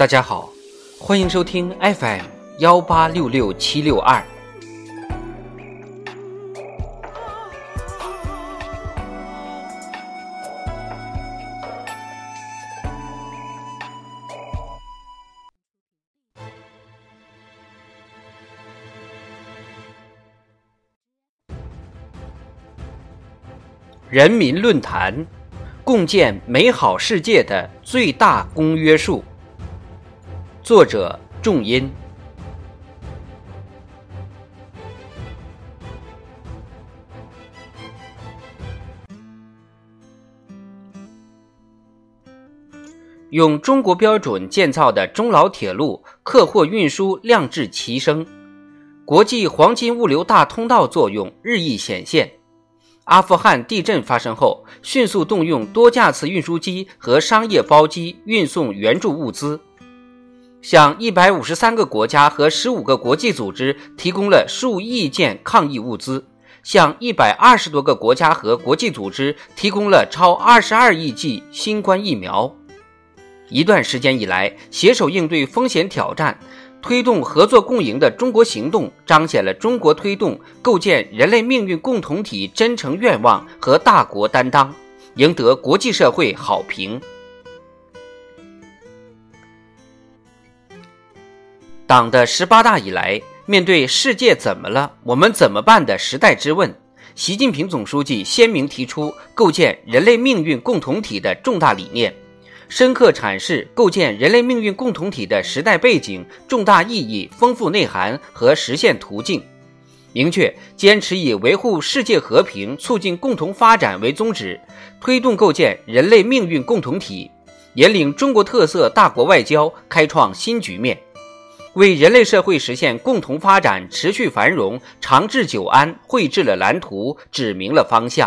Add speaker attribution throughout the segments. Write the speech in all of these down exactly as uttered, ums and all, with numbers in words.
Speaker 1: 大家好，欢迎收听 F M 一八六六七六二。人民论坛，共建美好世界的最大公约数。作者仲音。用中国标准建造的中老铁路客货运输亮质齐升，国际黄金物流大通道作用日益显现。阿富汗地震发生后，迅速动用多架次运输机和商业包机运送援助物资，向一百五十三个国家和十五个国际组织提供了数亿件抗疫物资，向一百二十多个国家和国际组织提供了超二十二亿剂新冠疫苗。一段时间以来，携手应对风险挑战，推动合作共赢的中国行动彰显了中国推动构建人类命运共同体真诚愿望和大国担当，赢得国际社会好评。党的十八大以来，面对世界怎么了，我们怎么办的时代之问，习近平总书记鲜明提出构建人类命运共同体的重大理念，深刻阐释构建人类命运共同体的时代背景、重大意义、丰富内涵和实现途径，明确坚持以维护世界和平、促进共同发展为宗旨，推动构建人类命运共同体，引领中国特色大国外交开创新局面，为人类社会实现共同发展、持续繁荣、长治久安绘制了蓝图，指明了方向。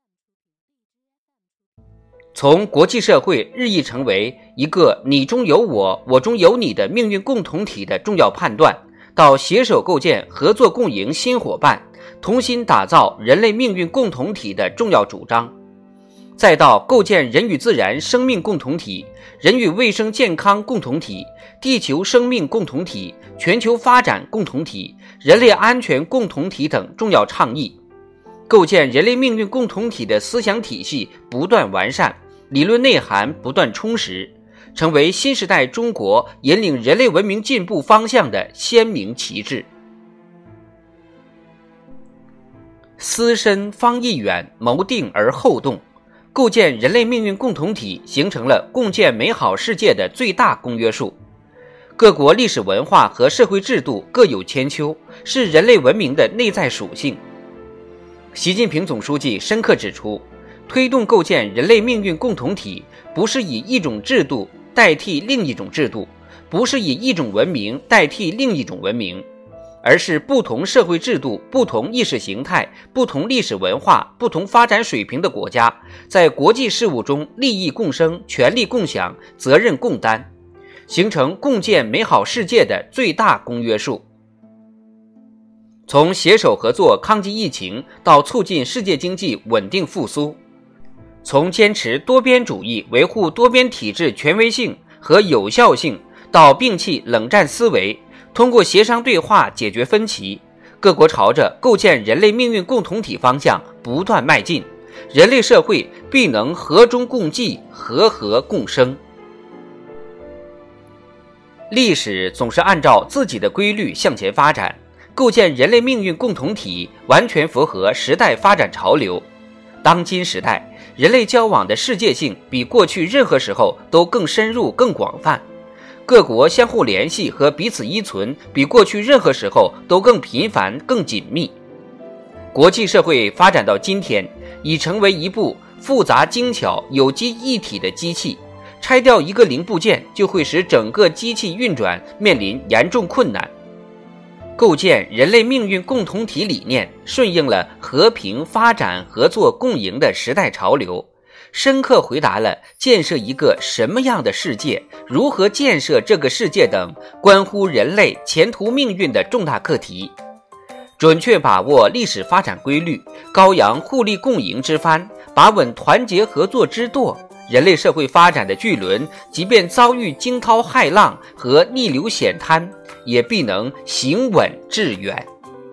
Speaker 1: 从国际社会日益成为一个你中有我，我中有你的命运共同体的重要判断，到携手构建合作共赢新伙伴，同心打造人类命运共同体的重要主张，再到构建人与自然生命共同体、人与卫生健康共同体、地球生命共同体、全球发展共同体、人类安全共同体等重要倡议，构建人类命运共同体的思想体系不断完善，理论内涵不断充实，成为新时代中国引领人类文明进步方向的鲜明旗帜。思深方意远，谋定而后动，构建人类命运共同体形成了共建美好世界的最大公约数。各国历史文化和社会制度各有千秋，是人类文明的内在属性。习近平总书记深刻指出，推动构建人类命运共同体，不是以一种制度代替另一种制度，不是以一种文明代替另一种文明，而是不同社会制度、不同意识形态、不同历史文化、不同发展水平的国家，在国际事务中利益共生、权力共享、责任共担，形成共建美好世界的最大公约数。从携手合作抗击疫情到促进世界经济稳定复苏，从坚持多边主义维护多边体制权威性和有效性，到摒弃冷战思维，通过协商对话解决分歧，各国朝着构建人类命运共同体方向不断迈进，人类社会必能和衷共济、和和共生。历史总是按照自己的规律向前发展，构建人类命运共同体完全符合时代发展潮流。当今时代，人类交往的世界性比过去任何时候都更深入、更广泛，各国相互联系和彼此依存比过去任何时候都更频繁、更紧密。国际社会发展到今天，已成为一部复杂精巧、有机一体的机器，拆掉一个零部件就会使整个机器运转面临严重困难。构建人类命运共同体理念顺应了和平发展、合作共赢的时代潮流，深刻回答了建设一个什么样的世界、如何建设这个世界等关乎人类前途命运的重大课题，准确把握历史发展规律，高扬互利共赢之帆，把稳团结合作之舵， 人类社会发展的巨轮，即便遭遇惊涛骇浪和逆流险滩，也必能行稳致远。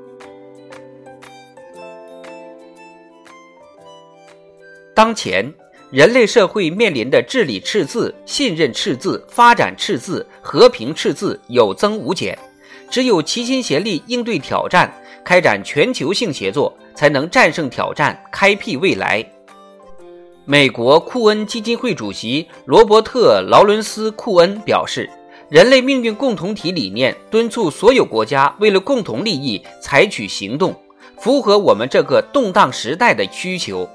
Speaker 1: 当前，人类社会面临的治理赤字、信任赤字、发展赤字、和平赤字有增无减，只有齐心协力应对挑战，开展全球性协作，才能战胜挑战，开辟未来。美国库恩基金会主席罗伯特·劳伦斯·库恩表示，人类命运共同体理念敦促所有国家为了共同利益采取行动，符合我们这个动荡时代的需求。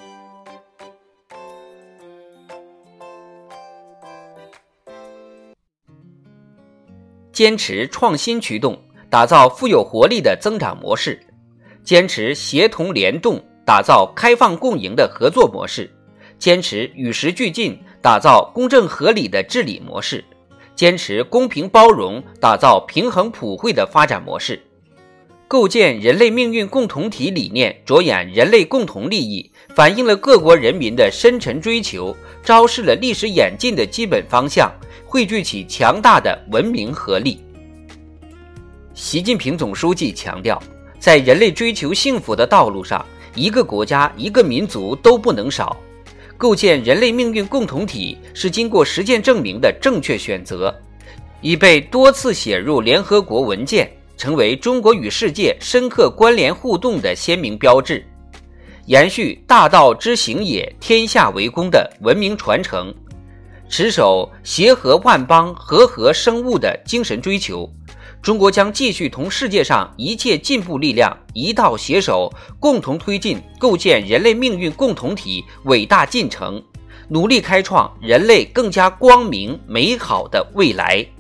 Speaker 1: 坚持创新驱动，打造富有活力的增长模式；坚持协同联动，打造开放共赢的合作模式；坚持与时俱进，打造公正合理的治理模式；坚持公平包容，打造平衡普惠的发展模式。构建人类命运共同体理念，着眼人类共同利益，反映了各国人民的深沉追求，昭示了历史演进的基本方向，汇聚起强大的文明合力。习近平总书记强调，在人类追求幸福的道路上，一个国家、一个民族都不能少。构建人类命运共同体是经过实践证明的正确选择，已被多次写入联合国文件，成为中国与世界深刻关联互动的鲜明标志，延续大道之行也，天下为公的文明传承，持守协和万邦、和合生物的精神追求。中国将继续同世界上一切进步力量一道携手，共同推进构建人类命运共同体伟大进程，努力开创人类更加光明美好的未来。